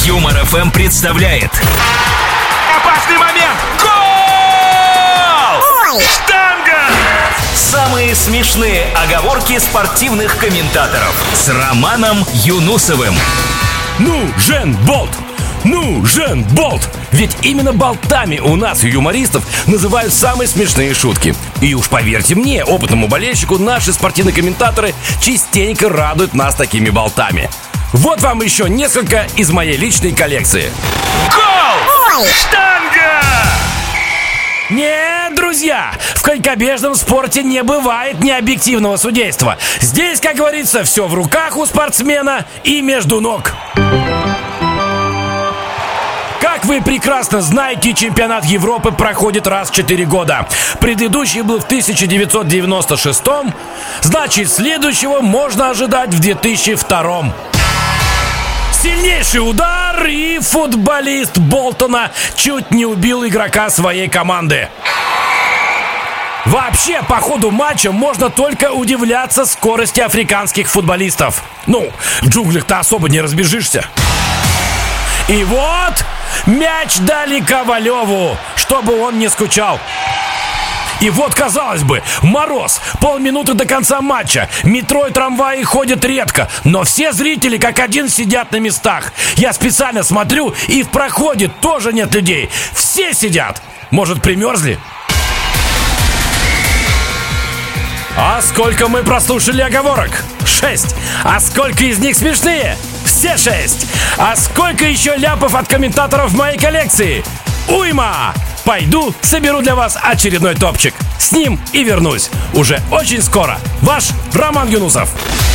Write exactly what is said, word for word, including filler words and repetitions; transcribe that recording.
Юмор эф эм представляет. Опасный момент! Гол! Ой! Штанга! Самые смешные оговорки спортивных комментаторов с Романом Юнусовым. Ну, Жен Болт! Ну, Жен Болт! Ведь именно болтами у нас, юмористов, называют самые смешные шутки. И уж поверьте мне, опытному болельщику, наши спортивные комментаторы частенько радуют нас такими болтами. Вот вам еще несколько из моей личной коллекции. Гол! Ой! Штанга! Нет, друзья, в конькобежном спорте не бывает необъективного судейства. Здесь, как говорится, все в руках у спортсмена и между ног. Как вы прекрасно знаете, чемпионат Европы проходит раз в четыре года. Предыдущий был в тысяча девятьсот девяносто шестом, значит, следующего можно ожидать в две тысячи втором. Сильнейший удар, и футболист Болтона чуть не убил игрока своей команды. Вообще, по ходу матча можно только удивляться скорости африканских футболистов. Ну, в джунглях-то особо не разбежишься. И вот мяч дали Ковалеву, чтобы он не скучал. И вот, казалось бы, мороз, полминуты до конца матча, метро и трамваи ходят редко, но все зрители как один сидят на местах. Я специально смотрю, и в проходе тоже нет людей. Все сидят. Может, примерзли? А сколько мы прослушали оговорок? Шесть. А сколько из них смешные? Все шесть. А сколько еще ляпов от комментаторов в моей коллекции? Уйма! Пойду соберу для вас очередной топчик. С ним и вернусь. Уже очень скоро. Ваш Роман Юнусов.